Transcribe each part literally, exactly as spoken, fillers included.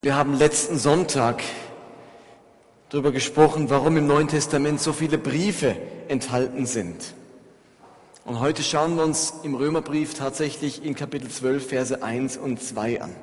Wir haben letzten Sonntag darüber gesprochen, warum im Neuen Testament so viele Briefe enthalten sind. Und heute schauen wir uns im Römerbrief tatsächlich in Kapitel zwölf, Verse eins und zwei an.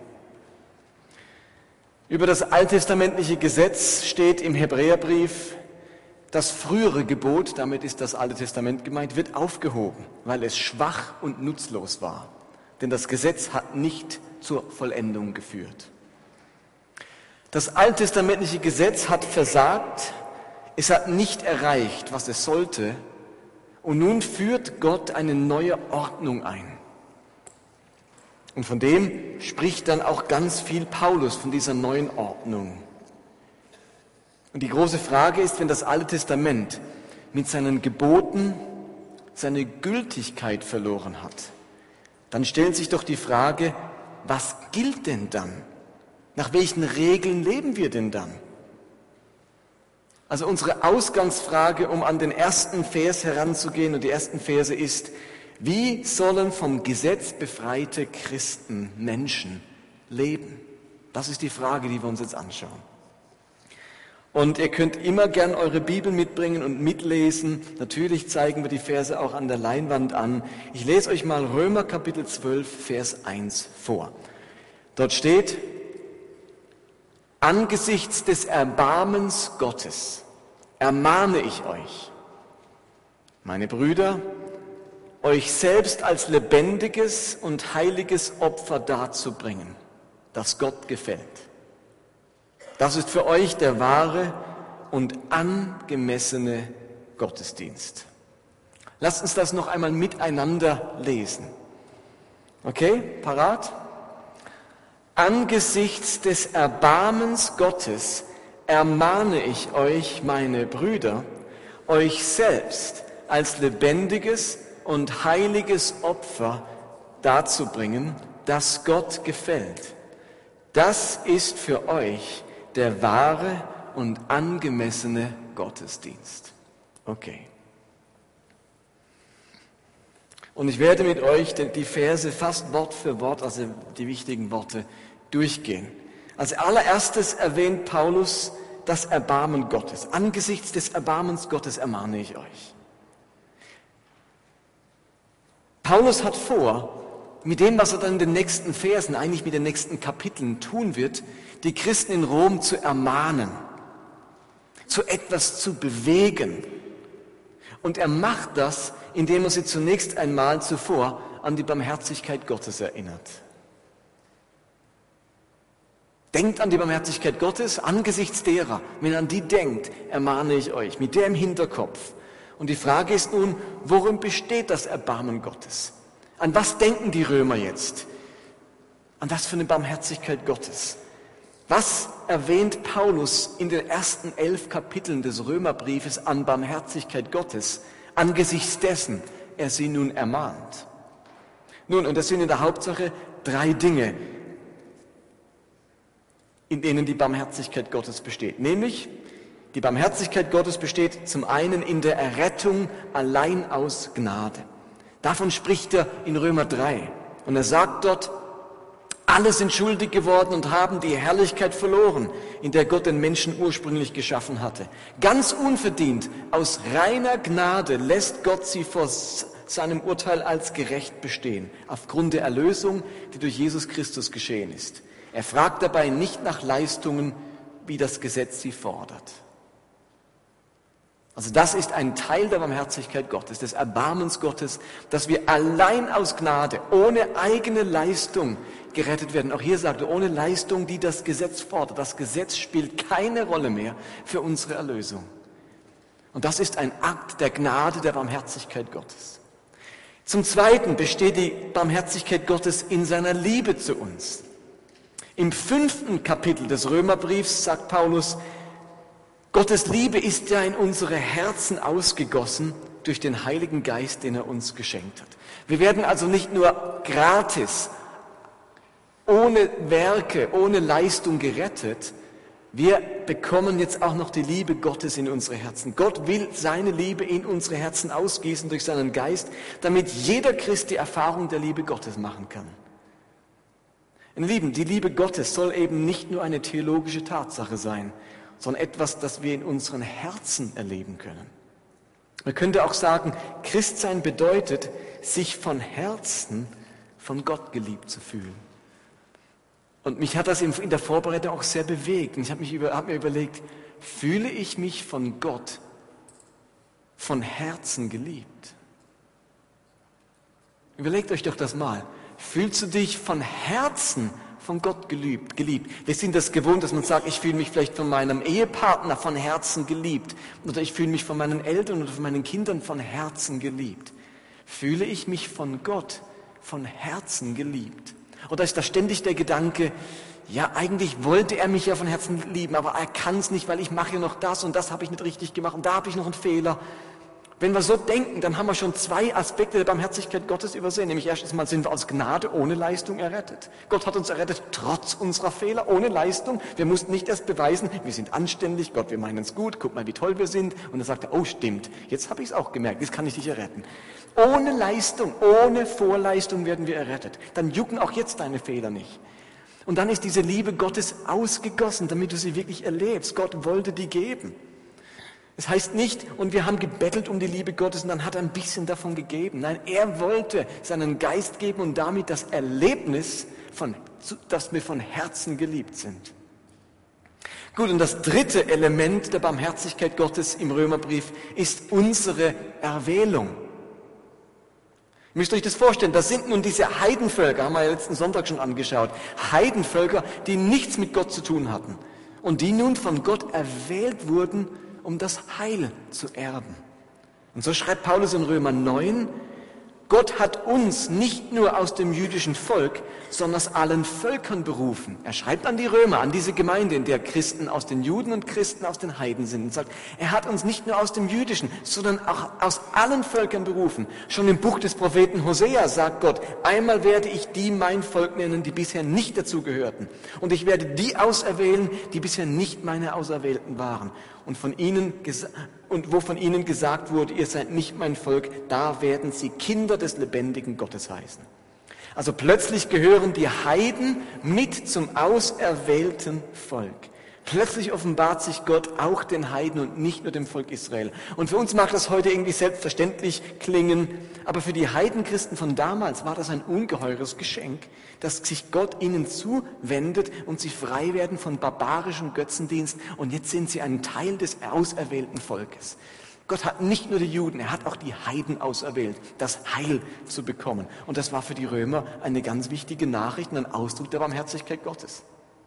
Über das alttestamentliche Gesetz steht im Hebräerbrief, das frühere Gebot, damit ist das Alte Testament gemeint, wird aufgehoben, weil es schwach und nutzlos war. Denn das Gesetz hat nicht zur Vollendung geführt. Das alttestamentliche Gesetz hat versagt, es hat nicht erreicht, was es sollte, und nun führt Gott eine neue Ordnung ein. Und von dem spricht dann auch ganz viel Paulus, von dieser neuen Ordnung. Und die große Frage ist, wenn das Alte Testament mit seinen Geboten seine Gültigkeit verloren hat, dann stellt sich doch die Frage, was gilt denn dann? Nach welchen Regeln leben wir denn dann? Also unsere Ausgangsfrage, um an den ersten Vers heranzugehen, und die ersten Verse ist, wie sollen vom Gesetz befreite Christen, Menschen leben? Das ist die Frage, die wir uns jetzt anschauen. Und ihr könnt immer gern eure Bibel mitbringen und mitlesen. Natürlich zeigen wir die Verse auch an der Leinwand an. Ich lese euch mal Römer Kapitel zwölf, Vers eins vor. Dort steht: Angesichts des Erbarmens Gottes ermahne ich euch, meine Brüder, euch selbst als lebendiges und heiliges Opfer darzubringen, das Gott gefällt. Das ist für euch der wahre und angemessene Gottesdienst. Lasst uns das noch einmal miteinander lesen. Okay, parat? Angesichts des Erbarmens Gottes ermahne ich euch, meine Brüder, euch selbst als lebendiges und heiliges Opfer darzubringen, das Gott gefällt. Das ist für euch der wahre und angemessene Gottesdienst. Okay. Und ich werde mit euch die Verse fast Wort für Wort, also die wichtigen Worte, durchgehen. Als allererstes erwähnt Paulus das Erbarmen Gottes. Angesichts des Erbarmens Gottes ermahne ich euch. Paulus hat vor, mit dem, was er dann in den nächsten Versen, eigentlich mit den nächsten Kapiteln tun wird, die Christen in Rom zu ermahnen, zu etwas zu bewegen. Und er macht das, indem er sie zunächst einmal zuvor an die Barmherzigkeit Gottes erinnert. Denkt an die Barmherzigkeit Gottes, angesichts derer, wenn ihr an die denkt, ermahne ich euch, mit der im Hinterkopf. Und die Frage ist nun, worin besteht das Erbarmen Gottes? An was denken die Römer jetzt? An was für eine Barmherzigkeit Gottes? Was erwähnt Paulus in den ersten elf Kapiteln des Römerbriefes an Barmherzigkeit Gottes, angesichts dessen er sie nun ermahnt? Nun, und das sind in der Hauptsache drei Dinge, in denen die Barmherzigkeit Gottes besteht. Nämlich, die Barmherzigkeit Gottes besteht zum einen in der Errettung allein aus Gnade. Davon spricht er in Römer drei. Und er sagt dort, alle sind schuldig geworden und haben die Herrlichkeit verloren, in der Gott den Menschen ursprünglich geschaffen hatte. Ganz unverdient, aus reiner Gnade lässt Gott sie vor seinem Urteil als gerecht bestehen, aufgrund der Erlösung, die durch Jesus Christus geschehen ist. Er fragt dabei nicht nach Leistungen, wie das Gesetz sie fordert. Also das ist ein Teil der Barmherzigkeit Gottes, des Erbarmens Gottes, dass wir allein aus Gnade, ohne eigene Leistung gerettet werden. Auch hier sagt er, ohne Leistung, die das Gesetz fordert. Das Gesetz spielt keine Rolle mehr für unsere Erlösung. Und das ist ein Akt der Gnade, der Barmherzigkeit Gottes. Zum Zweiten besteht die Barmherzigkeit Gottes in seiner Liebe zu uns. Im fünften Kapitel des Römerbriefs sagt Paulus, Gottes Liebe ist ja in unsere Herzen ausgegossen durch den Heiligen Geist, den er uns geschenkt hat. Wir werden also nicht nur gratis, ohne Werke, ohne Leistung gerettet, wir bekommen jetzt auch noch die Liebe Gottes in unsere Herzen. Gott will seine Liebe in unsere Herzen ausgießen durch seinen Geist, damit jeder Christ die Erfahrung der Liebe Gottes machen kann. Meine Lieben, die Liebe Gottes soll eben nicht nur eine theologische Tatsache sein, sondern etwas, das wir in unseren Herzen erleben können. Man könnte auch sagen, Christsein bedeutet, sich von Herzen von Gott geliebt zu fühlen. Und mich hat das in der Vorbereitung auch sehr bewegt. Und ich habe mich über, hab mir überlegt, fühle ich mich von Gott von Herzen geliebt? Überlegt euch doch das mal. Fühlst du dich von Herzen von Gott geliebt, geliebt? Wir sind das gewohnt, dass man sagt, ich fühle mich vielleicht von meinem Ehepartner von Herzen geliebt. Oder ich fühle mich von meinen Eltern oder von meinen Kindern von Herzen geliebt. Fühle ich mich von Gott von Herzen geliebt? Oder ist da ständig der Gedanke, ja, eigentlich wollte er mich ja von Herzen lieben, aber er kann es nicht, weil ich mache ja noch das und das habe ich nicht richtig gemacht und da habe ich noch einen Fehler. Wenn wir so denken, dann haben wir schon zwei Aspekte der Barmherzigkeit Gottes übersehen. Nämlich erstens mal sind wir aus Gnade ohne Leistung errettet. Gott hat uns errettet trotz unserer Fehler, ohne Leistung. Wir mussten nicht erst beweisen, wir sind anständig, Gott, wir meinen es gut, guck mal, wie toll wir sind. Und dann sagt er, oh stimmt, jetzt habe ich es auch gemerkt, jetzt kann ich dich erretten. Ohne Leistung, ohne Vorleistung werden wir errettet. Dann jucken auch jetzt deine Fehler nicht. Und dann ist diese Liebe Gottes ausgegossen, damit du sie wirklich erlebst. Gott wollte die geben. Es heißt nicht, und wir haben gebettelt um die Liebe Gottes und dann hat er ein bisschen davon gegeben. Nein, er wollte seinen Geist geben und damit das Erlebnis, von, dass wir von Herzen geliebt sind. Gut, und das dritte Element der Barmherzigkeit Gottes im Römerbrief ist unsere Erwählung. Ihr müsst euch das vorstellen, das sind nun diese Heidenvölker, haben wir ja letzten Sonntag schon angeschaut, Heidenvölker, die nichts mit Gott zu tun hatten und die nun von Gott erwählt wurden, um das Heil zu erben. Und so schreibt Paulus in Römer neun, Gott hat uns nicht nur aus dem jüdischen Volk, sondern aus allen Völkern berufen. Er schreibt an die Römer, an diese Gemeinde, in der Christen aus den Juden und Christen aus den Heiden sind und sagt, er hat uns nicht nur aus dem jüdischen, sondern auch aus allen Völkern berufen. Schon im Buch des Propheten Hosea sagt Gott, einmal werde ich die mein Volk nennen, die bisher nicht dazu gehörten. Und ich werde die auserwählen, die bisher nicht meine Auserwählten waren. Und von ihnen und wo von ihnen gesagt wurde, ihr seid nicht mein Volk, da werden sie Kinder des lebendigen Gottes heißen. Also plötzlich gehören die Heiden mit zum auserwählten Volk. Plötzlich offenbart sich Gott auch den Heiden und nicht nur dem Volk Israel. Und für uns mag das heute irgendwie selbstverständlich klingen, aber für die Heidenchristen von damals war das ein ungeheures Geschenk, dass sich Gott ihnen zuwendet und sie frei werden von barbarischem Götzendienst und jetzt sind sie ein Teil des auserwählten Volkes. Gott hat nicht nur die Juden, er hat auch die Heiden auserwählt, das Heil zu bekommen. Und das war für die Römer eine ganz wichtige Nachricht und ein Ausdruck der Barmherzigkeit Gottes.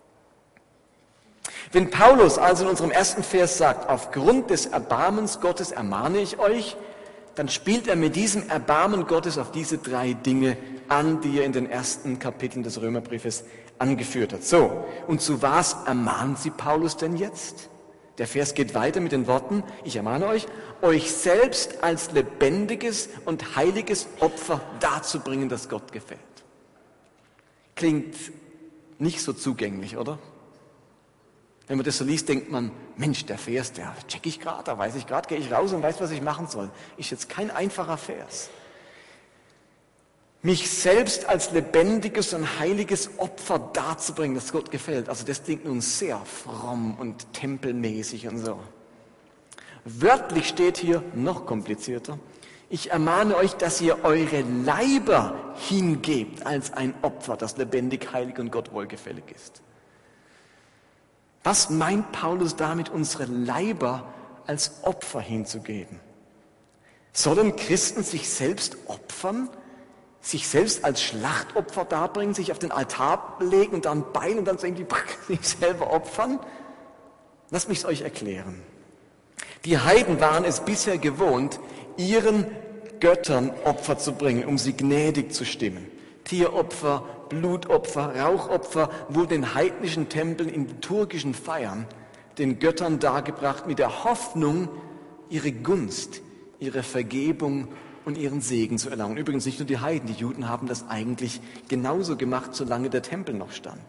Wenn Paulus also in unserem ersten Vers sagt, aufgrund des Erbarmens Gottes ermahne ich euch, dann spielt er mit diesem Erbarmen Gottes auf diese drei Dinge an, die er in den ersten Kapiteln des Römerbriefes angeführt hat. So, und zu was ermahnt sie Paulus denn jetzt? Der Vers geht weiter mit den Worten, ich ermahne euch, euch selbst als lebendiges und heiliges Opfer darzubringen, das Gott gefällt. Klingt nicht so zugänglich, oder? Wenn man das so liest, denkt man, Mensch, der Vers, der check ich gerade, da weiß ich gerade, gehe ich raus und weiß, was ich machen soll. Ist jetzt kein einfacher Vers. Mich selbst als lebendiges und heiliges Opfer darzubringen, das Gott gefällt. Also das klingt nun sehr fromm und tempelmäßig und so. Wörtlich steht hier noch komplizierter. Ich ermahne euch, dass ihr eure Leiber hingebt als ein Opfer, das lebendig, heilig und Gott wohlgefällig ist. Was meint Paulus damit, unsere Leiber als Opfer hinzugeben? Sollen Christen sich selbst opfern, sich selbst als Schlachtopfer darbringen, sich auf den Altar legen und dann Beil und dann so irgendwie sich selber opfern? Lasst mich es euch erklären. Die Heiden waren es bisher gewohnt, ihren Göttern Opfer zu bringen, um sie gnädig zu stimmen. Tieropfer, Blutopfer, Rauchopfer wurden in heidnischen Tempeln, in liturgischen Feiern den Göttern dargebracht mit der Hoffnung, ihre Gunst, ihre Vergebung und ihren Segen zu erlangen. Übrigens nicht nur die Heiden, die Juden haben das eigentlich genauso gemacht, solange der Tempel noch stand.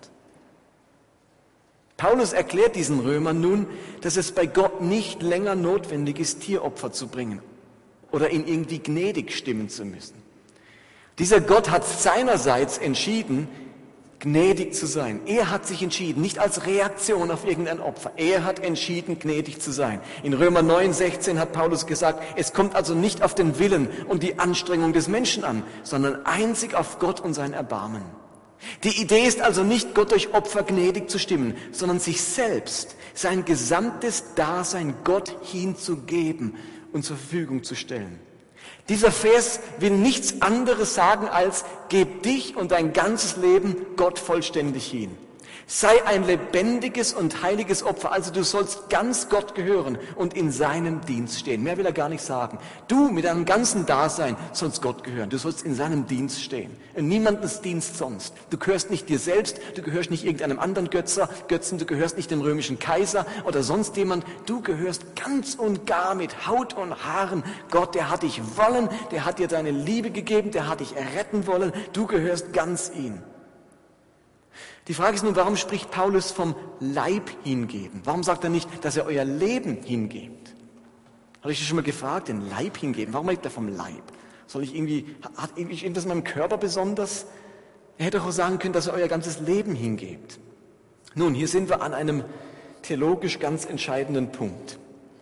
Paulus erklärt diesen Römern nun, dass es bei Gott nicht länger notwendig ist, Tieropfer zu bringen oder ihn irgendwie gnädig stimmen zu müssen. Dieser Gott hat seinerseits entschieden, gnädig zu sein. Er hat sich entschieden, nicht als Reaktion auf irgendein Opfer. Er hat entschieden, gnädig zu sein. In Römer neun, sechzehn hat Paulus gesagt, es kommt also nicht auf den Willen und die Anstrengung des Menschen an, sondern einzig auf Gott und sein Erbarmen. Die Idee ist also nicht, Gott durch Opfer gnädig zu stimmen, sondern sich selbst, sein gesamtes Dasein Gott hinzugeben und zur Verfügung zu stellen. Dieser Vers will nichts anderes sagen als, gib dich und dein ganzes Leben Gott vollständig hin. Sei ein lebendiges und heiliges Opfer, also du sollst ganz Gott gehören und in seinem Dienst stehen. Mehr will er gar nicht sagen. Du mit deinem ganzen Dasein sollst Gott gehören. Du sollst in seinem Dienst stehen. In niemandens Dienst sonst. Du gehörst nicht dir selbst, du gehörst nicht irgendeinem anderen Götzer, Götzen, du gehörst nicht dem römischen Kaiser oder sonst jemand. Du gehörst ganz und gar mit Haut und Haaren Gott. Der hat dich wollen, der hat dir deine Liebe gegeben, der hat dich erretten wollen. Du gehörst ganz ihm. Die Frage ist nun, warum spricht Paulus vom Leib hingeben? Warum sagt er nicht, dass er euer Leben hingebt? Habe ich dich schon mal gefragt, den Leib hingeben? Warum redet er vom Leib? Soll ich irgendwie, hat irgendwas in meinem Körper besonders? Er hätte auch sagen können, dass er euer ganzes Leben hingebt. Nun, hier sind wir an einem theologisch ganz entscheidenden Punkt.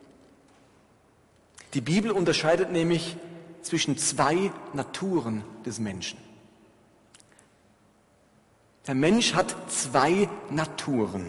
Die Bibel unterscheidet nämlich zwischen zwei Naturen des Menschen. Der Mensch hat zwei Naturen.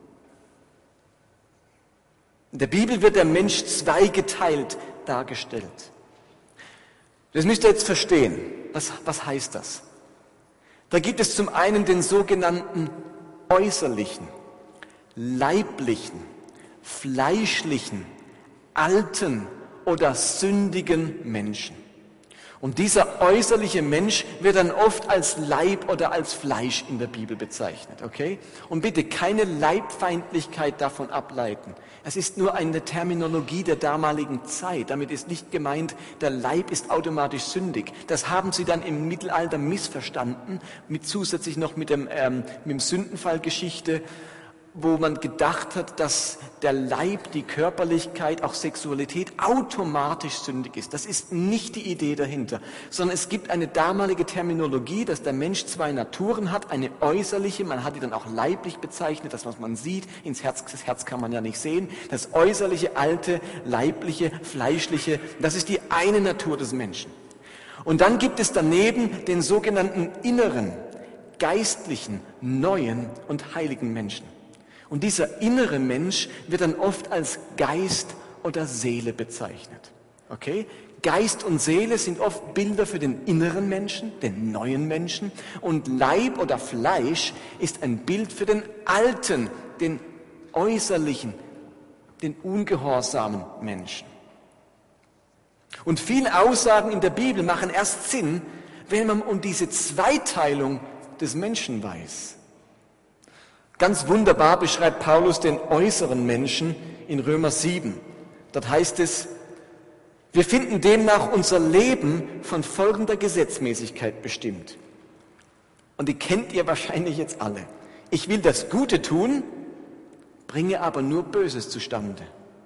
In der Bibel wird der Mensch zweigeteilt dargestellt. Das müsst ihr jetzt verstehen. Was, was heißt das? Da gibt es zum einen den sogenannten äußerlichen, leiblichen, fleischlichen, alten oder sündigen Menschen. Und dieser äußerliche Mensch wird dann oft als Leib oder als Fleisch in der Bibel bezeichnet, okay? Und bitte keine Leibfeindlichkeit davon ableiten. Es ist nur eine Terminologie der damaligen Zeit. Damit ist nicht gemeint, der Leib ist automatisch sündig. Das haben sie dann im Mittelalter missverstanden, mit zusätzlich noch mit dem, ähm, mit dem Sündenfallgeschichte, wo man gedacht hat, dass der Leib, die Körperlichkeit, auch Sexualität automatisch sündig ist. Das ist nicht die Idee dahinter, sondern es gibt eine damalige Terminologie, dass der Mensch zwei Naturen hat, eine äußerliche, man hat die dann auch leiblich bezeichnet, das was man sieht, ins Herz, das Herz kann man ja nicht sehen, das äußerliche, alte, leibliche, fleischliche, das ist die eine Natur des Menschen. Und dann gibt es daneben den sogenannten inneren, geistlichen, neuen und heiligen Menschen. Und dieser innere Mensch wird dann oft als Geist oder Seele bezeichnet. Okay? Geist und Seele sind oft Bilder für den inneren Menschen, den neuen Menschen. Und Leib oder Fleisch ist ein Bild für den alten, den äußerlichen, den ungehorsamen Menschen. Und viele Aussagen in der Bibel machen erst Sinn, wenn man um diese Zweiteilung des Menschen weiß. Ganz wunderbar beschreibt Paulus den äußeren Menschen in Römer sieben. Dort heißt es, wir finden demnach unser Leben von folgender Gesetzmäßigkeit bestimmt. Und die kennt ihr wahrscheinlich jetzt alle. Ich will das Gute tun, bringe aber nur Böses zustande.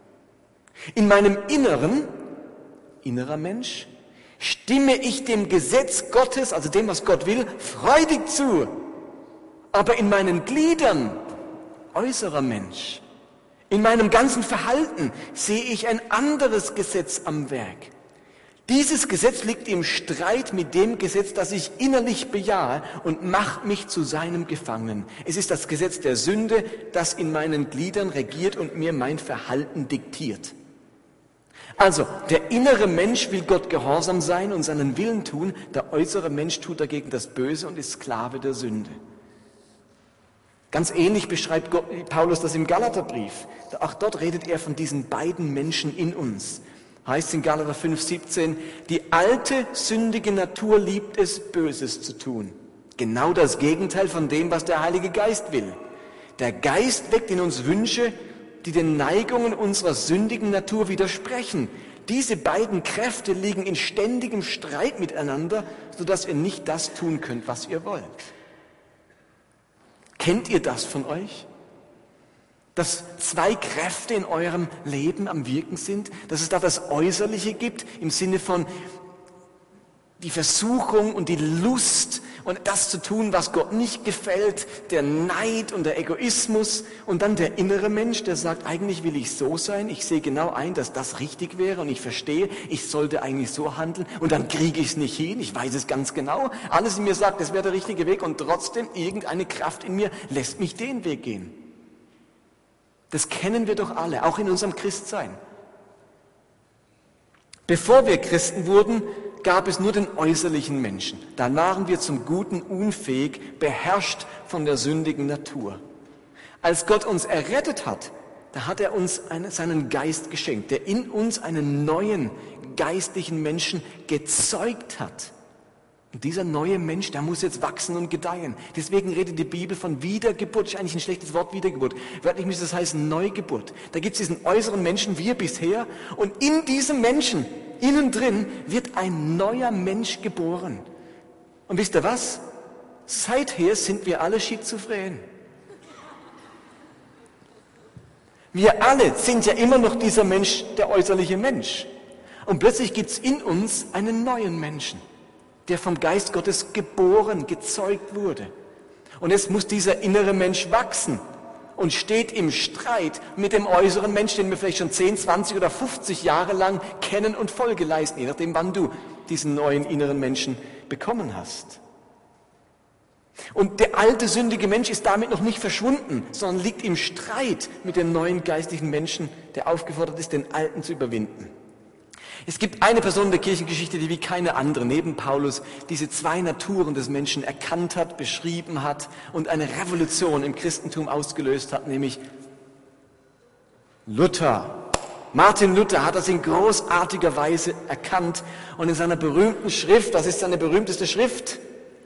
In meinem Inneren, innerer Mensch, stimme ich dem Gesetz Gottes, also dem, was Gott will, freudig zu. Aber in meinen Gliedern, äußerer Mensch, in meinem ganzen Verhalten sehe ich ein anderes Gesetz am Werk. Dieses Gesetz liegt im Streit mit dem Gesetz, das ich innerlich bejahe und macht mich zu seinem Gefangenen. Es ist das Gesetz der Sünde, das in meinen Gliedern regiert und mir mein Verhalten diktiert. Also, der innere Mensch will Gott gehorsam sein und seinen Willen tun, der äußere Mensch tut dagegen das Böse und ist Sklave der Sünde. Ganz ähnlich beschreibt Paulus das im Galaterbrief. Auch dort redet er von diesen beiden Menschen in uns. Heißt in Galater fünf, siebzehn, die alte, sündige Natur liebt es, Böses zu tun. Genau das Gegenteil von dem, was der Heilige Geist will. Der Geist weckt in uns Wünsche, die den Neigungen unserer sündigen Natur widersprechen. Diese beiden Kräfte liegen in ständigem Streit miteinander, sodass ihr nicht das tun könnt, was ihr wollt. Kennt ihr das von euch? Dass zwei Kräfte in eurem Leben am Wirken sind? Dass es da das Äußerliche gibt, im Sinne von die Versuchung und die Lust und das zu tun, was Gott nicht gefällt, der Neid und der Egoismus und dann der innere Mensch, der sagt, eigentlich will ich so sein, ich sehe genau ein, dass das richtig wäre und ich verstehe, ich sollte eigentlich so handeln und dann kriege ich es nicht hin, ich weiß es ganz genau, alles in mir sagt, das wäre der richtige Weg und trotzdem irgendeine Kraft in mir lässt mich den Weg gehen. Das kennen wir doch alle, auch in unserem Christsein. Bevor wir Christen wurden, gab es nur den äußerlichen Menschen. Da waren wir zum Guten unfähig, beherrscht von der sündigen Natur. Als Gott uns errettet hat, da hat er uns einen, seinen Geist geschenkt, der in uns einen neuen geistlichen Menschen gezeugt hat. Und dieser neue Mensch, der muss jetzt wachsen und gedeihen. Deswegen redet die Bibel von Wiedergeburt. Das ist eigentlich ein schlechtes Wort, Wiedergeburt. Wörtlich müsste das heißen Neugeburt. Da gibt es diesen äußeren Menschen, wir bisher. Und in diesem Menschen, innen drin, wird ein neuer Mensch geboren. Und wisst ihr was? Seither sind wir alle schizophren. Wir alle sind ja immer noch dieser Mensch, der äußerliche Mensch. Und plötzlich gibt es in uns einen neuen Menschen, der vom Geist Gottes geboren, gezeugt wurde. Und jetzt muss dieser innere Mensch wachsen und steht im Streit mit dem äußeren Mensch, den wir vielleicht schon zehn, zwanzig oder fünfzig Jahre lang kennen und Folge leisten, je nachdem, wann du diesen neuen inneren Menschen bekommen hast. Und der alte, sündige Mensch ist damit noch nicht verschwunden, sondern liegt im Streit mit dem neuen geistlichen Menschen, der aufgefordert ist, den alten zu überwinden. Es gibt eine Person in der Kirchengeschichte, die wie keine andere neben Paulus diese zwei Naturen des Menschen erkannt hat, beschrieben hat und eine Revolution im Christentum ausgelöst hat, nämlich Luther. Martin Luther hat das in großartiger Weise erkannt und in seiner berühmten Schrift, das ist seine berühmteste Schrift.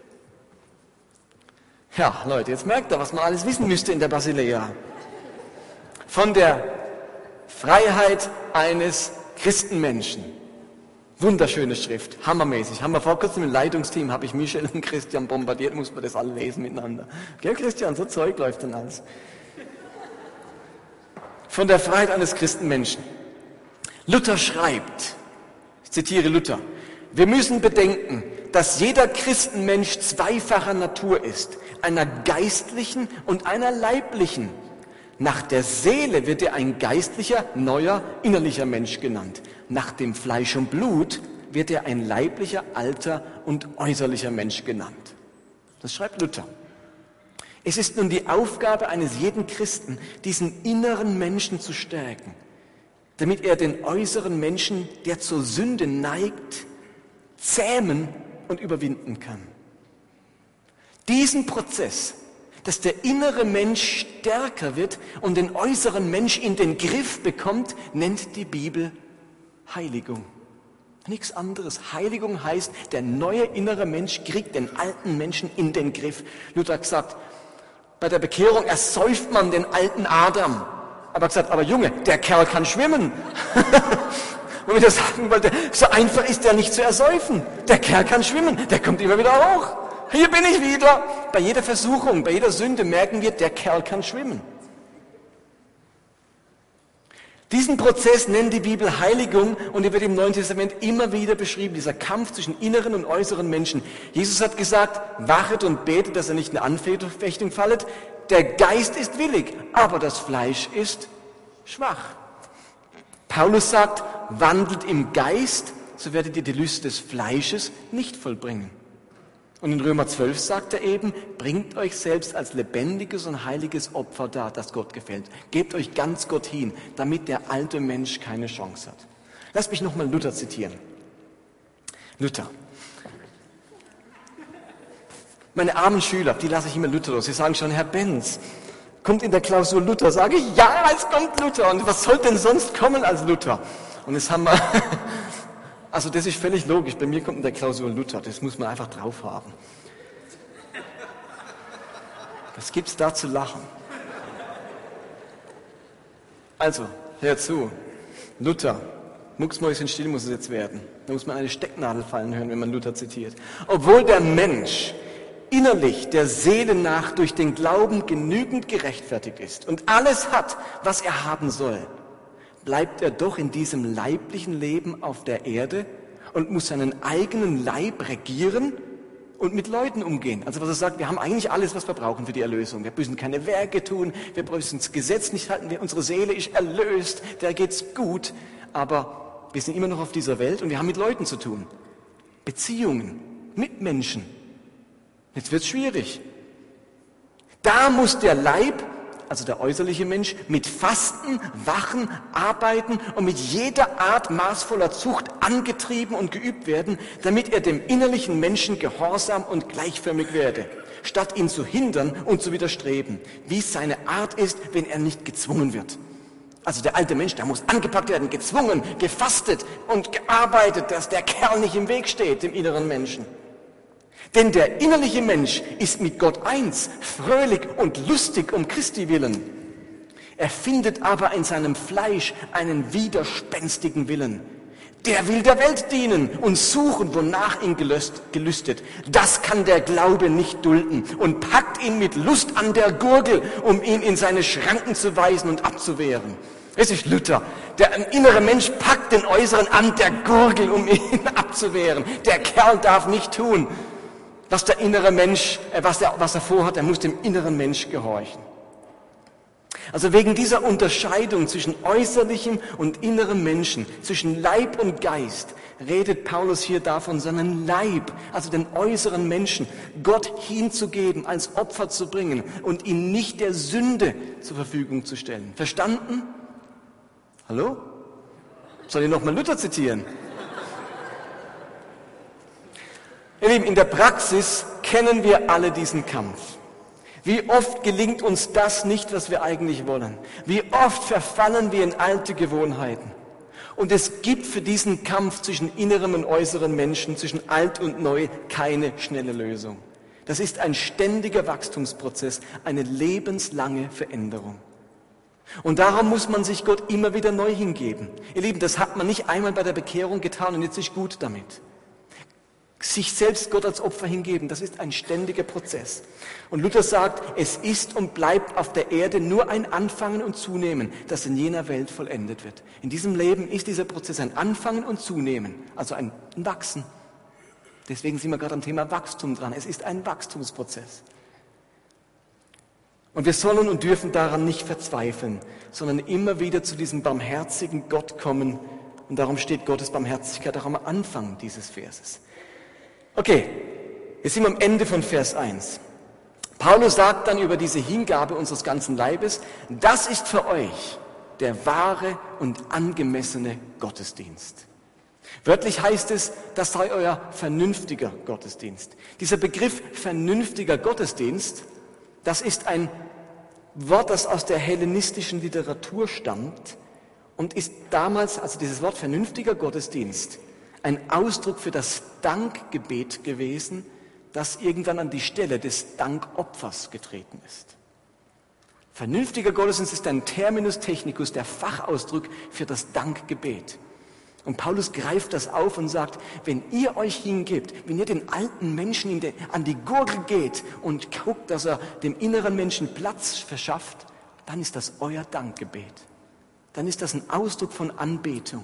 Ja, Leute, jetzt merkt ihr, was man alles wissen müsste in der Basileia. Von der Freiheit eines Christenmenschen. Wunderschöne Schrift, hammermäßig. Haben wir vor kurzem im Leitungsteam, habe ich Michel und Christian bombardiert, muss man das alle lesen miteinander. Gell, Christian, so Zeug läuft dann alles. Von der Freiheit eines Christenmenschen. Luther schreibt, ich zitiere Luther, wir müssen bedenken, dass jeder Christenmensch zweifacher Natur ist, einer geistlichen und einer leiblichen. Nach der Seele wird er ein geistlicher, neuer, innerlicher Mensch genannt. Nach dem Fleisch und Blut wird er ein leiblicher, alter und äußerlicher Mensch genannt. Das schreibt Luther. Es ist nun die Aufgabe eines jeden Christen, diesen inneren Menschen zu stärken, damit er den äußeren Menschen, der zur Sünde neigt, zähmen und überwinden kann. Diesen Prozess, dass der innere Mensch stärker wird und den äußeren Mensch in den Griff bekommt, nennt die Bibel Heiligung. Nichts anderes. Heiligung heißt, der neue innere Mensch kriegt den alten Menschen in den Griff. Luther hat gesagt, bei der Bekehrung ersäuft man den alten Adam. Aber er hat gesagt, aber Junge, der Kerl kann schwimmen. Und wenn er sagen wollte, so einfach ist der nicht zu ersäufen. Der Kerl kann schwimmen, der kommt immer wieder hoch. Hier bin ich wieder. Bei jeder Versuchung, bei jeder Sünde merken wir, der Kerl kann schwimmen. Diesen Prozess nennt die Bibel Heiligung und er wird im Neuen Testament immer wieder beschrieben, dieser Kampf zwischen inneren und äußeren Menschen. Jesus hat gesagt, wachet und betet, dass ihr nicht in eine Anfechtung fallet. Der Geist ist willig, aber das Fleisch ist schwach. Paulus sagt, wandelt im Geist, so werdet ihr die Lust des Fleisches nicht vollbringen. Und in Römer zwölf sagt er eben, bringt euch selbst als lebendiges und heiliges Opfer dar, das Gott gefällt. Gebt euch ganz Gott hin, damit der alte Mensch keine Chance hat. Lasst mich nochmal Luther zitieren. Luther. Meine armen Schüler, die lasse ich immer Luther los. Sie sagen schon, Herr Benz, kommt in der Klausur Luther? Sage ich, ja, es kommt Luther. Und was soll denn sonst kommen als Luther? Und jetzt haben wir... Also das ist völlig logisch. Bei mir kommt in der Klausur Luther. Das muss man einfach drauf haben. Was gibt's da zu lachen? Also, hör zu. Luther. Mucksmäuschen still muss es jetzt werden. Da muss man eine Stecknadel fallen hören, wenn man Luther zitiert. Obwohl der Mensch innerlich der Seele nach durch den Glauben genügend gerechtfertigt ist und alles hat, was er haben soll, bleibt er doch in diesem leiblichen Leben auf der Erde und muss seinen eigenen Leib regieren und mit Leuten umgehen. Also was er sagt, wir haben eigentlich alles, was wir brauchen für die Erlösung. Wir müssen keine Werke tun, wir müssen das Gesetz nicht halten, unsere Seele ist erlöst, der geht's gut. Aber wir sind immer noch auf dieser Welt und wir haben mit Leuten zu tun. Beziehungen, mit Menschen. Jetzt wird's schwierig. Da muss der Leib, also der äußerliche Mensch, mit Fasten, Wachen, Arbeiten und mit jeder Art maßvoller Zucht angetrieben und geübt werden, damit er dem innerlichen Menschen gehorsam und gleichförmig werde, statt ihn zu hindern und zu widerstreben, wie es seine Art ist, wenn er nicht gezwungen wird. Also der alte Mensch, der muss angepackt werden, gezwungen, gefastet und gearbeitet, dass der Kerl nicht im Weg steht, dem inneren Menschen. Denn der innerliche Mensch ist mit Gott eins, fröhlich und lustig um Christi willen. Er findet aber in seinem Fleisch einen widerspenstigen Willen. Der will der Welt dienen und suchen, wonach ihn gelöst, gelüstet. Das kann der Glaube nicht dulden und packt ihn mit Lust an der Gurgel, um ihn in seine Schranken zu weisen und abzuwehren. Es ist Luther. Der innere Mensch packt den Äußeren an der Gurgel, um ihn abzuwehren. Der Kerl darf nicht tun, was der innere Mensch, äh, was, er, was er vorhat. Er muss dem inneren Mensch gehorchen. Also wegen dieser Unterscheidung zwischen äußerlichem und innerem Menschen, zwischen Leib und Geist, redet Paulus hier davon, seinen Leib, also den äußeren Menschen, Gott hinzugeben, als Opfer zu bringen und ihn nicht der Sünde zur Verfügung zu stellen. Verstanden? Hallo? Soll ich nochmal Luther zitieren? Ihr Lieben, in der Praxis kennen wir alle diesen Kampf. Wie oft gelingt uns das nicht, was wir eigentlich wollen? Wie oft verfallen wir in alte Gewohnheiten? Und es gibt für diesen Kampf zwischen innerem und äußerem Menschen, zwischen alt und neu, keine schnelle Lösung. Das ist ein ständiger Wachstumsprozess, eine lebenslange Veränderung. Und darum muss man sich Gott immer wieder neu hingeben. Ihr Lieben, das hat man nicht einmal bei der Bekehrung getan und jetzt ist gut damit. Sich selbst Gott als Opfer hingeben, das ist ein ständiger Prozess. Und Luther sagt, es ist und bleibt auf der Erde nur ein Anfangen und Zunehmen, das in jener Welt vollendet wird. In diesem Leben ist dieser Prozess ein Anfangen und Zunehmen, also ein Wachsen. Deswegen sind wir gerade am Thema Wachstum dran. Es ist ein Wachstumsprozess. Und wir sollen und dürfen daran nicht verzweifeln, sondern immer wieder zu diesem barmherzigen Gott kommen. Und darum steht Gottes Barmherzigkeit auch am Anfang dieses Verses. Okay, jetzt sind wir am Ende von Vers eins. Paulus sagt dann über diese Hingabe unseres ganzen Leibes, das ist für euch der wahre und angemessene Gottesdienst. Wörtlich heißt es, das sei euer vernünftiger Gottesdienst. Dieser Begriff vernünftiger Gottesdienst, das ist ein Wort, das aus der hellenistischen Literatur stammt und ist damals, also dieses Wort vernünftiger Gottesdienst, ein Ausdruck für das Dankgebet gewesen, das irgendwann an die Stelle des Dankopfers getreten ist. Vernünftiger Gottesdienst ist ein Terminus technicus, der Fachausdruck für das Dankgebet. Und Paulus greift das auf und sagt, wenn ihr euch hingebt, wenn ihr den alten Menschen in den, an die Gurgel geht und guckt, dass er dem inneren Menschen Platz verschafft, dann ist das euer Dankgebet. Dann ist das ein Ausdruck von Anbetung.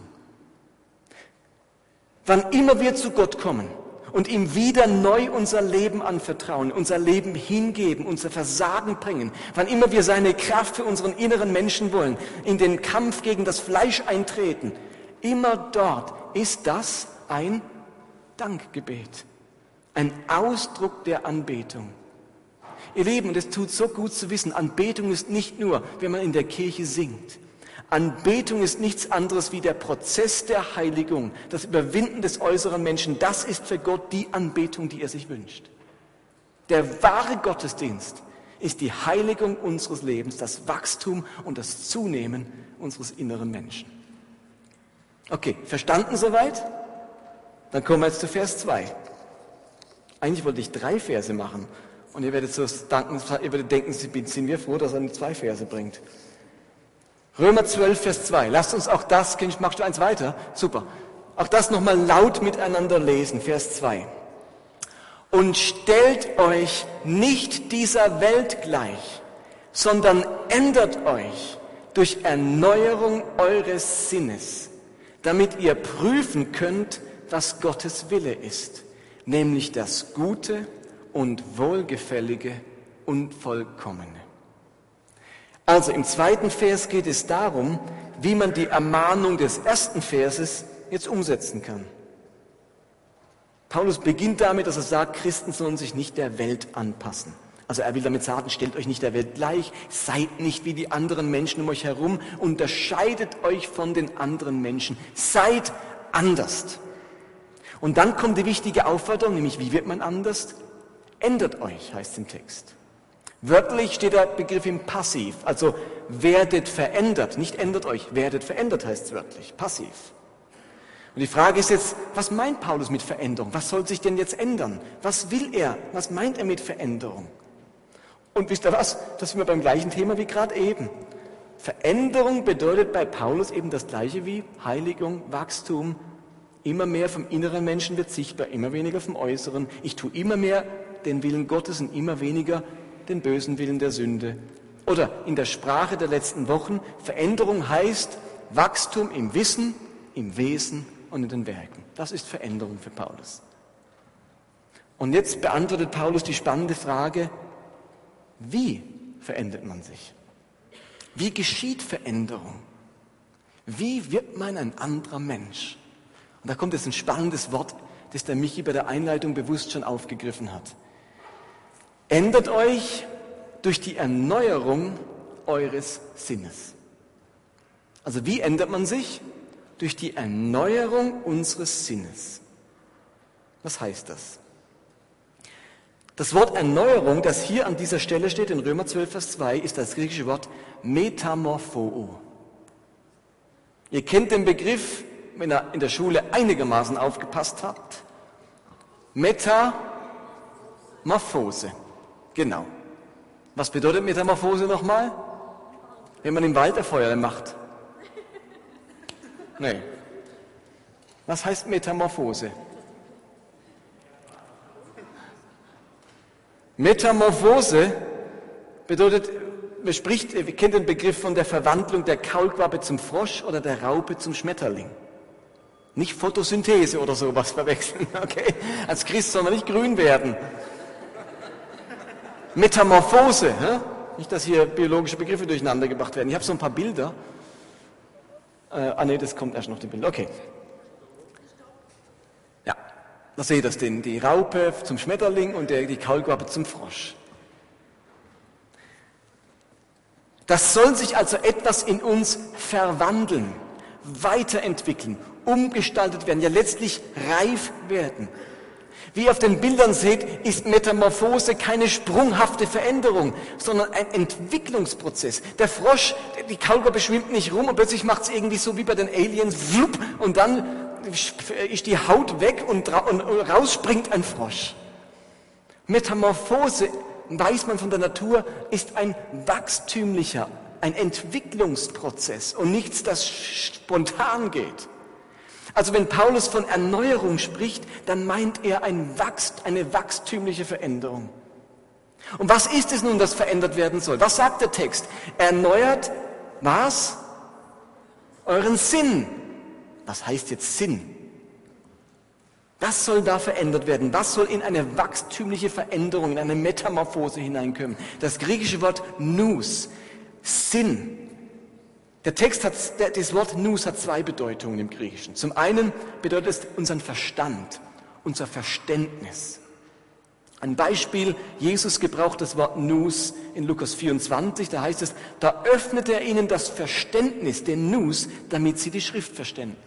Wann immer wir zu Gott kommen und ihm wieder neu unser Leben anvertrauen, unser Leben hingeben, unser Versagen bringen, wann immer wir seine Kraft für unseren inneren Menschen wollen, in den Kampf gegen das Fleisch eintreten, immer dort ist das ein Dankgebet, ein Ausdruck der Anbetung. Ihr Lieben, und es tut so gut zu wissen, Anbetung ist nicht nur, wenn man in der Kirche singt. Anbetung ist nichts anderes wie der Prozess der Heiligung, das Überwinden des äußeren Menschen. Das ist für Gott die Anbetung, die er sich wünscht. Der wahre Gottesdienst ist die Heiligung unseres Lebens, das Wachstum und das Zunehmen unseres inneren Menschen. Okay, verstanden soweit? Dann kommen wir jetzt zu Vers zwei. Eigentlich wollte ich drei Verse machen und ihr werdet so danken, ihr werdet denken, sind wir froh, dass er nur zwei Verse bringt. Römer zwölf, Vers zwei. Lasst uns auch das, machst du eins weiter? Super. Auch das nochmal laut miteinander lesen, Vers zwei. Und stellt euch nicht dieser Welt gleich, sondern ändert euch durch Erneuerung eures Sinnes, damit ihr prüfen könnt, was Gottes Wille ist, nämlich das Gute und Wohlgefällige und Vollkommene. Also im zweiten Vers geht es darum, wie man die Ermahnung des ersten Verses jetzt umsetzen kann. Paulus beginnt damit, dass er sagt, Christen sollen sich nicht der Welt anpassen. Also er will damit sagen, stellt euch nicht der Welt gleich, seid nicht wie die anderen Menschen um euch herum, unterscheidet euch von den anderen Menschen, seid anders. Und dann kommt die wichtige Aufforderung, nämlich wie wird man anders? Ändert euch, heißt im Text. Wörtlich steht der Begriff im Passiv, also werdet verändert, nicht ändert euch, werdet verändert heißt es wörtlich, passiv. Und die Frage ist jetzt, was meint Paulus mit Veränderung? Was soll sich denn jetzt ändern? Was will er? Was meint er mit Veränderung? Und wisst ihr was? Das sind wir beim gleichen Thema wie gerade eben. Veränderung bedeutet bei Paulus eben das Gleiche wie Heiligung, Wachstum. Immer mehr vom inneren Menschen wird sichtbar, immer weniger vom Äußeren. Ich tue immer mehr den Willen Gottes und immer weniger den bösen Willen der Sünde. Oder in der Sprache der letzten Wochen, Veränderung heißt Wachstum im Wissen, im Wesen und in den Werken. Das ist Veränderung für Paulus. Und jetzt beantwortet Paulus die spannende Frage, wie verändert man sich? Wie geschieht Veränderung? Wie wird man ein anderer Mensch? Und da kommt jetzt ein spannendes Wort, das der Michi bei der Einleitung bewusst schon aufgegriffen hat. Ändert euch durch die Erneuerung eures Sinnes. Also wie ändert man sich? Durch die Erneuerung unseres Sinnes. Was heißt das? Das Wort Erneuerung, das hier an dieser Stelle steht, in Römer zwölf, Vers zwei, ist das griechische Wort Metamorpho. Ihr kennt den Begriff, wenn ihr in der Schule einigermaßen aufgepasst habt. Metamorphose. Genau. Was bedeutet Metamorphose nochmal? Wenn man im Wald eine Feuerwehr macht. Nee. Was heißt Metamorphose? Metamorphose bedeutet, man spricht, ihr kennt den Begriff von der Verwandlung der Kaulquappe zum Frosch oder der Raupe zum Schmetterling. Nicht Photosynthese oder sowas verwechseln, okay? Als Christ soll man nicht grün werden. Metamorphose, hä? Nicht, dass hier biologische Begriffe durcheinander gebracht werden. Ich habe so ein paar Bilder. Äh, ah nee, das kommt erst noch, die Bilder. Okay. Ja, da seht ihr das, den, die Raupe zum Schmetterling und der, die Kaulquappe zum Frosch. Das soll sich also etwas in uns verwandeln, weiterentwickeln, umgestaltet werden, ja letztlich reif werden. Wie ihr auf den Bildern seht, ist Metamorphose keine sprunghafte Veränderung, sondern ein Entwicklungsprozess. Der Frosch, die Kaulquappe schwimmt nicht rum und plötzlich macht es irgendwie so wie bei den Aliens, flupp, und dann ist die Haut weg und raus springt ein Frosch. Metamorphose, weiß man von der Natur, ist ein wachstümlicher, ein Entwicklungsprozess und nichts, das spontan geht. Also wenn Paulus von Erneuerung spricht, dann meint er ein Wachst, eine wachstümliche Veränderung. Und was ist es nun, das verändert werden soll? Was sagt der Text? Erneuert was? Euren Sinn. Was heißt jetzt Sinn? Was soll da verändert werden? Was soll in eine wachstümliche Veränderung, in eine Metamorphose hineinkommen? Das griechische Wort Nous, Sinn. Der Text hat, das Wort Nous hat zwei Bedeutungen im Griechischen. Zum einen bedeutet es unseren Verstand, unser Verständnis. Ein Beispiel, Jesus gebraucht das Wort Nous in Lukas vierundzwanzig, da heißt es, da öffnet er ihnen das Verständnis, den Nous, damit sie die Schrift verständen.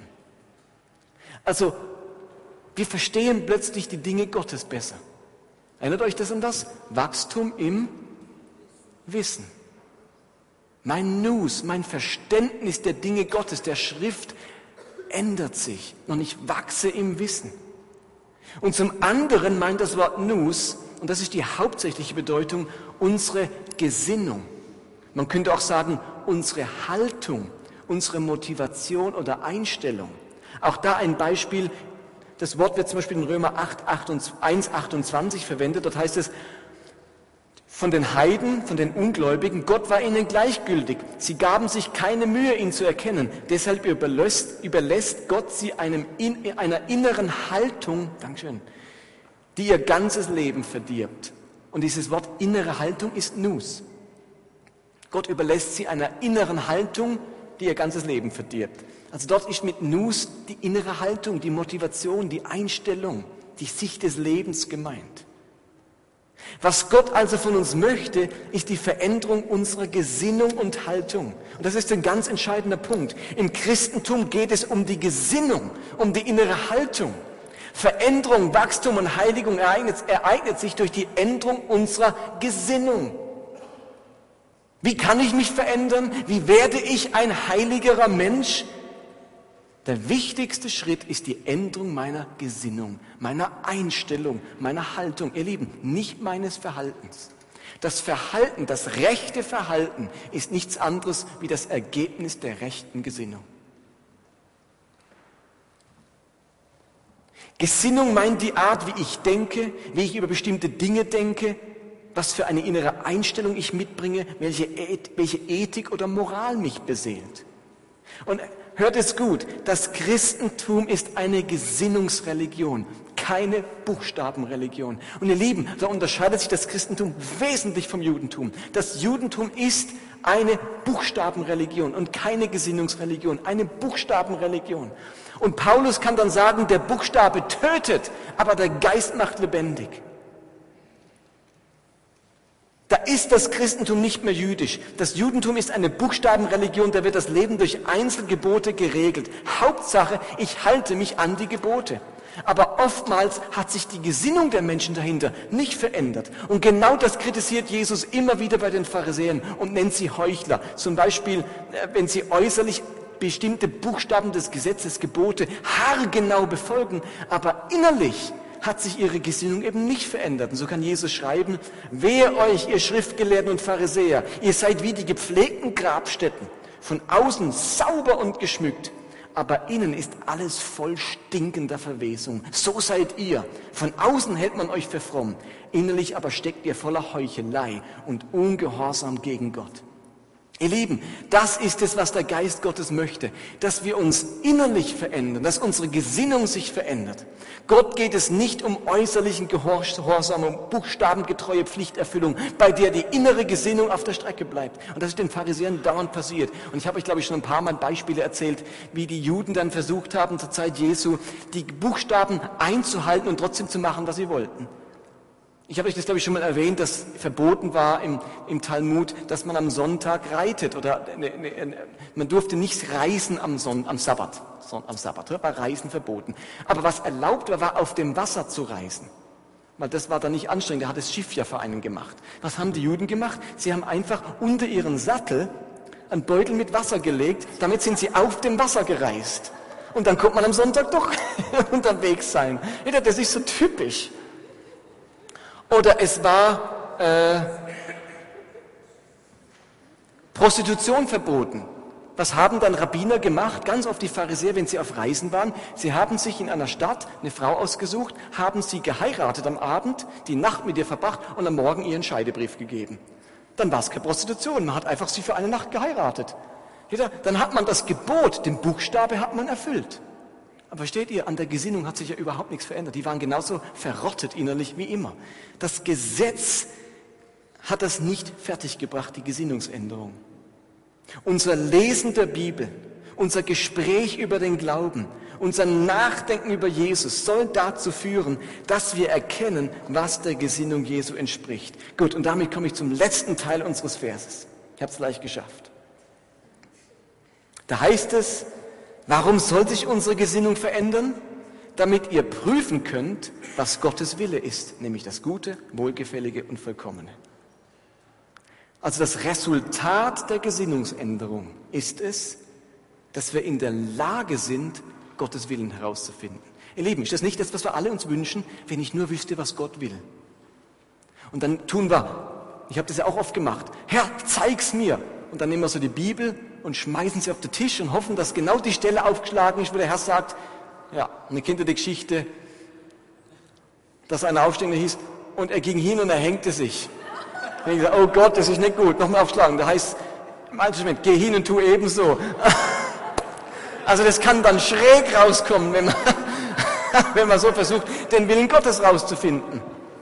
Also, wir verstehen plötzlich die Dinge Gottes besser. Erinnert euch das an das? Wachstum im Wissen. Mein Nous, mein Verständnis der Dinge Gottes, der Schrift, ändert sich und ich wachse im Wissen. Und zum anderen meint das Wort Nous, und das ist die hauptsächliche Bedeutung, unsere Gesinnung. Man könnte auch sagen, unsere Haltung, unsere Motivation oder Einstellung. Auch da ein Beispiel, das Wort wird zum Beispiel in Römer eins achtundzwanzig verwendet, dort heißt es, von den Heiden, von den Ungläubigen, Gott war ihnen gleichgültig. Sie gaben sich keine Mühe, ihn zu erkennen. Deshalb überlässt, überlässt Gott sie einem, in, einer inneren Haltung, Dankeschön, die ihr ganzes Leben verdirbt. Und dieses Wort innere Haltung ist Nus. Gott überlässt sie einer inneren Haltung, die ihr ganzes Leben verdirbt. Also dort ist mit Nus die innere Haltung, die Motivation, die Einstellung, die Sicht des Lebens gemeint. Was Gott also von uns möchte, ist die Veränderung unserer Gesinnung und Haltung. Und das ist ein ganz entscheidender Punkt. Im Christentum geht es um die Gesinnung, um die innere Haltung. Veränderung, Wachstum und Heiligung ereignet, ereignet sich durch die Änderung unserer Gesinnung. Wie kann ich mich verändern? Wie werde ich ein heiligerer Mensch? Der wichtigste Schritt ist die Änderung meiner Gesinnung, meiner Einstellung, meiner Haltung. Ihr Lieben, nicht meines Verhaltens. Das Verhalten, das rechte Verhalten ist nichts anderes wie das Ergebnis der rechten Gesinnung. Gesinnung meint die Art, wie ich denke, wie ich über bestimmte Dinge denke, was für eine innere Einstellung ich mitbringe, welche, Eth- welche Ethik oder Moral mich beseelt. Und hört es gut, das Christentum ist eine Gesinnungsreligion, keine Buchstabenreligion. Und ihr Lieben, da unterscheidet sich das Christentum wesentlich vom Judentum. Das Judentum ist eine Buchstabenreligion und keine Gesinnungsreligion, eine Buchstabenreligion. Und Paulus kann dann sagen, der Buchstabe tötet, aber der Geist macht lebendig. Da ist das Christentum nicht mehr jüdisch. Das Judentum ist eine Buchstabenreligion, da wird das Leben durch Einzelgebote geregelt. Hauptsache, ich halte mich an die Gebote. Aber oftmals hat sich die Gesinnung der Menschen dahinter nicht verändert. Und genau das kritisiert Jesus immer wieder bei den Pharisäern und nennt sie Heuchler. Zum Beispiel, wenn sie äußerlich bestimmte Buchstaben des Gesetzes, Gebote haargenau befolgen, aber innerlich hat sich ihre Gesinnung eben nicht verändert. Und so kann Jesus schreiben, wehe euch, ihr Schriftgelehrten und Pharisäer, ihr seid wie die gepflegten Grabstätten, von außen sauber und geschmückt, aber innen ist alles voll stinkender Verwesung. So seid ihr. Von außen hält man euch für fromm, innerlich aber steckt ihr voller Heuchelei und Ungehorsam gegen Gott. Ihr Lieben, das ist es, was der Geist Gottes möchte, dass wir uns innerlich verändern, dass unsere Gesinnung sich verändert. Gott geht es nicht um äußerlichen Gehorsam, um buchstabengetreue Pflichterfüllung, bei der die innere Gesinnung auf der Strecke bleibt. Und das ist den Pharisäern dauernd passiert. Und ich habe euch, glaube ich, schon ein paar Mal Beispiele erzählt, wie die Juden dann versucht haben, zur Zeit Jesu, die Buchstaben einzuhalten und trotzdem zu machen, was sie wollten. Ich habe euch das, glaube ich, schon mal erwähnt, dass verboten war im, im Talmud, dass man am Sonntag reitet oder ne, ne, man durfte nicht reisen am, Son, am Sabbat. Am Sabbat war Reisen verboten. Aber was erlaubt war, war auf dem Wasser zu reisen. Weil das war dann nicht anstrengend, da hat das Schiff ja für einen gemacht. Was haben die Juden gemacht? Sie haben einfach unter ihren Sattel einen Beutel mit Wasser gelegt, damit sind sie auf dem Wasser gereist. Und dann konnte man am Sonntag doch unterwegs sein. Das ist so typisch. Oder es war äh, Prostitution verboten. Was haben dann Rabbiner gemacht? Ganz oft die Pharisäer, wenn sie auf Reisen waren. Sie haben sich in einer Stadt eine Frau ausgesucht, haben sie geheiratet am Abend, die Nacht mit ihr verbracht und am Morgen ihren Scheidebrief gegeben. Dann war es keine Prostitution, man hat einfach sie für eine Nacht geheiratet. Dann hat man das Gebot, den Buchstabe hat man erfüllt. Aber versteht ihr, an der Gesinnung hat sich ja überhaupt nichts verändert. Die waren genauso verrottet innerlich wie immer. Das Gesetz hat das nicht fertiggebracht, die Gesinnungsänderung. Unser Lesen der Bibel, unser Gespräch über den Glauben, unser Nachdenken über Jesus soll dazu führen, dass wir erkennen, was der Gesinnung Jesu entspricht. Gut, und damit komme ich zum letzten Teil unseres Verses. Ich habe es gleich geschafft. Da heißt es, warum soll sich unsere Gesinnung verändern? Damit ihr prüfen könnt, was Gottes Wille ist, nämlich das Gute, Wohlgefällige und Vollkommene. Also das Resultat der Gesinnungsänderung ist es, dass wir in der Lage sind, Gottes Willen herauszufinden. Ihr Lieben, ist das nicht das, was wir alle uns wünschen, wenn ich nur wüsste, was Gott will? Und dann tun wir, ich habe das ja auch oft gemacht, Herr, zeig's mir. Und dann nehmen wir so die Bibel und schmeißen sie auf den Tisch und hoffen, dass genau die Stelle aufgeschlagen ist, wo der Herr sagt, ja, eine Kind die Geschichte, dass einer Aufstehender hieß, und er ging hin und er hängte sich. Und ich gesagt, oh Gott, das ist nicht gut, nochmal aufschlagen. Da heißt im Alten Testament, geh hin und tu ebenso. Also das kann dann schräg rauskommen, wenn man wenn man so versucht, den Willen Gottes rauszufinden.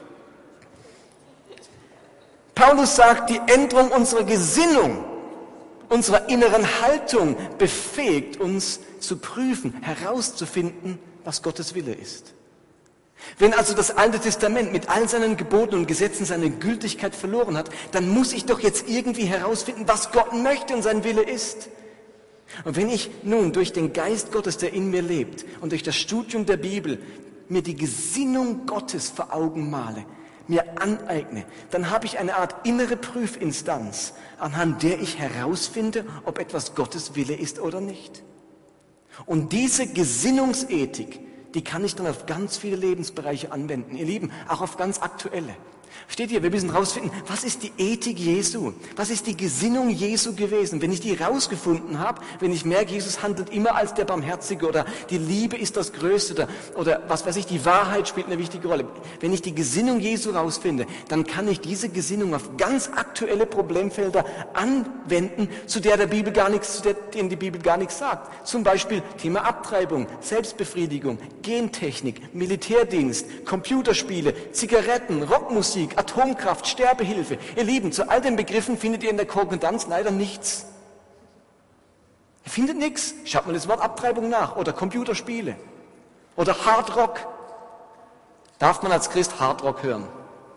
Paulus sagt, die Änderung unserer Gesinnung, unserer inneren Haltung befähigt uns zu prüfen, herauszufinden, was Gottes Wille ist. Wenn also das Alte Testament mit all seinen Geboten und Gesetzen seine Gültigkeit verloren hat, dann muss ich doch jetzt irgendwie herausfinden, was Gott möchte und sein Wille ist. Und wenn ich nun durch den Geist Gottes, der in mir lebt, und durch das Studium der Bibel mir die Gesinnung Gottes vor Augen male, mir aneigne, dann habe ich eine Art innere Prüfinstanz, anhand der ich herausfinde, ob etwas Gottes Wille ist oder nicht. Und diese Gesinnungsethik, die kann ich dann auf ganz viele Lebensbereiche anwenden. Ihr Lieben, auch auf ganz aktuelle. Steht hier, wir müssen rausfinden, was ist die Ethik Jesu? Was ist die Gesinnung Jesu gewesen? Wenn ich die rausgefunden habe, wenn ich merke, Jesus handelt immer als der Barmherzige oder die Liebe ist das Größte oder, oder was weiß ich, die Wahrheit spielt eine wichtige Rolle. Wenn ich die Gesinnung Jesu rausfinde, dann kann ich diese Gesinnung auf ganz aktuelle Problemfelder anwenden, zu der der Bibel gar nichts, zu der, denen die Bibel gar nichts sagt. Zum Beispiel Thema Abtreibung, Selbstbefriedigung, Gentechnik, Militärdienst, Computerspiele, Zigaretten, Rockmusik, Atomkraft, Sterbehilfe. Ihr Lieben, zu all den Begriffen findet ihr in der Konkordanz leider nichts. Ihr findet nichts. Schaut mal das Wort Abtreibung nach oder Computerspiele oder Hardrock. Darf man als Christ Hardrock hören?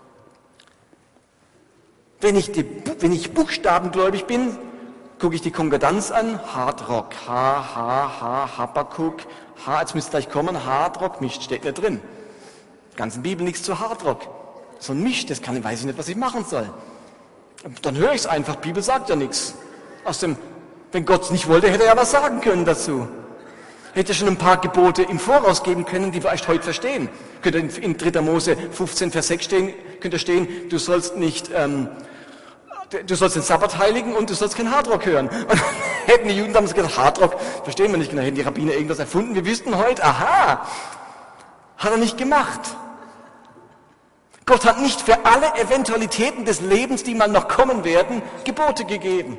Wenn ich, die, wenn ich buchstabengläubig bin, gucke ich die Konkordanz an. Hardrock, H, H, H, Habakkuk, H, jetzt müsste gleich kommen, Hardrock, Mist, steht nicht drin. In der ganzen Bibel nichts zu Hardrock. So ein Misch, das kann, weiß ich nicht, was ich machen soll. Dann höre ich es einfach, die Bibel sagt ja nichts. Außerdem, wenn Gott es nicht wollte, hätte er ja was sagen können dazu. Hätte schon ein paar Gebote im Voraus geben können, die wir echt heute verstehen. Könnte in dritter Mose fünfzehn, Vers sechs stehen, könnte stehen, du sollst nicht, ähm, du sollst den Sabbat heiligen und du sollst keinen Hardrock hören. Und hätten die Juden damals gesagt, Hardrock, verstehen wir nicht genau, hätten die Rabbiner irgendwas erfunden. Wir wüssten heute, aha, hat er nicht gemacht. Gott hat nicht für alle Eventualitäten des Lebens, die mal noch kommen werden, Gebote gegeben.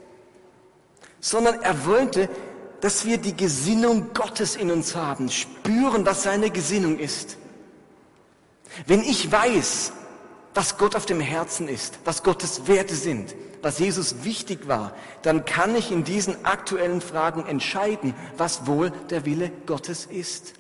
Sondern er wollte, dass wir die Gesinnung Gottes in uns haben, spüren, was seine Gesinnung ist. Wenn ich weiß, was Gott auf dem Herzen ist, was Gottes Werte sind, was Jesus wichtig war, dann kann ich in diesen aktuellen Fragen entscheiden, was wohl der Wille Gottes ist.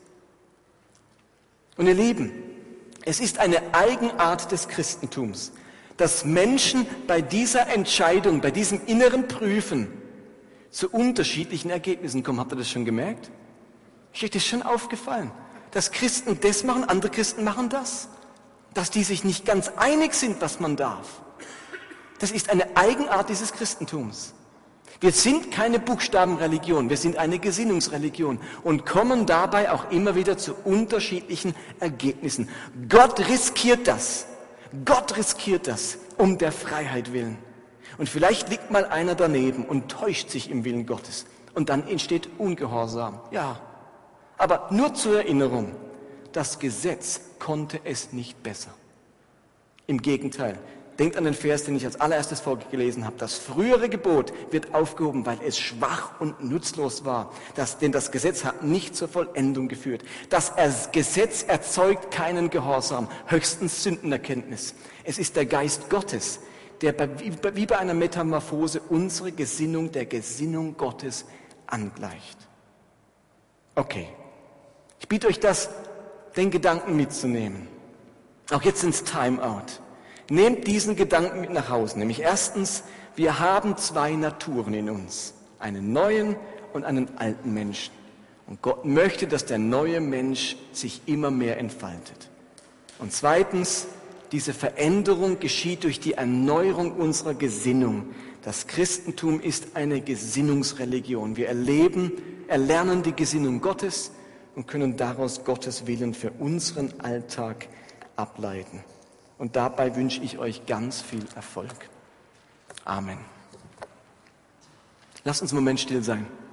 Und ihr Lieben, es ist eine Eigenart des Christentums, dass Menschen bei dieser Entscheidung, bei diesem inneren Prüfen zu unterschiedlichen Ergebnissen kommen. Habt ihr das schon gemerkt? Ist euch das schon aufgefallen? Dass Christen das machen, andere Christen machen das. Dass die sich nicht ganz einig sind, was man darf. Das ist eine Eigenart dieses Christentums. Wir sind keine Buchstabenreligion, wir sind eine Gesinnungsreligion und kommen dabei auch immer wieder zu unterschiedlichen Ergebnissen. Gott riskiert das. Gott riskiert das um der Freiheit willen. Und vielleicht liegt mal einer daneben und täuscht sich im Willen Gottes. Und dann entsteht Ungehorsam. Ja, aber nur zur Erinnerung, das Gesetz konnte es nicht besser. Im Gegenteil. Denkt an den Vers, den ich als allererstes vorgelesen habe. Das frühere Gebot wird aufgehoben, weil es schwach und nutzlos war. Das, denn das Gesetz hat nicht zur Vollendung geführt. Das Gesetz erzeugt keinen Gehorsam, höchstens Sündenerkenntnis. Es ist der Geist Gottes, der bei, wie bei einer Metamorphose unsere Gesinnung der Gesinnung Gottes angleicht. Okay, ich biete euch das, den Gedanken mitzunehmen. Auch jetzt ins Timeout. Nehmt diesen Gedanken mit nach Hause, nämlich erstens, wir haben zwei Naturen in uns, einen neuen und einen alten Menschen. Und Gott möchte, dass der neue Mensch sich immer mehr entfaltet. Und zweitens, diese Veränderung geschieht durch die Erneuerung unserer Gesinnung. Das Christentum ist eine Gesinnungsreligion. Wir erleben, erlernen die Gesinnung Gottes und können daraus Gottes Willen für unseren Alltag ableiten. Und dabei wünsche ich euch ganz viel Erfolg. Amen. Lasst uns einen Moment still sein.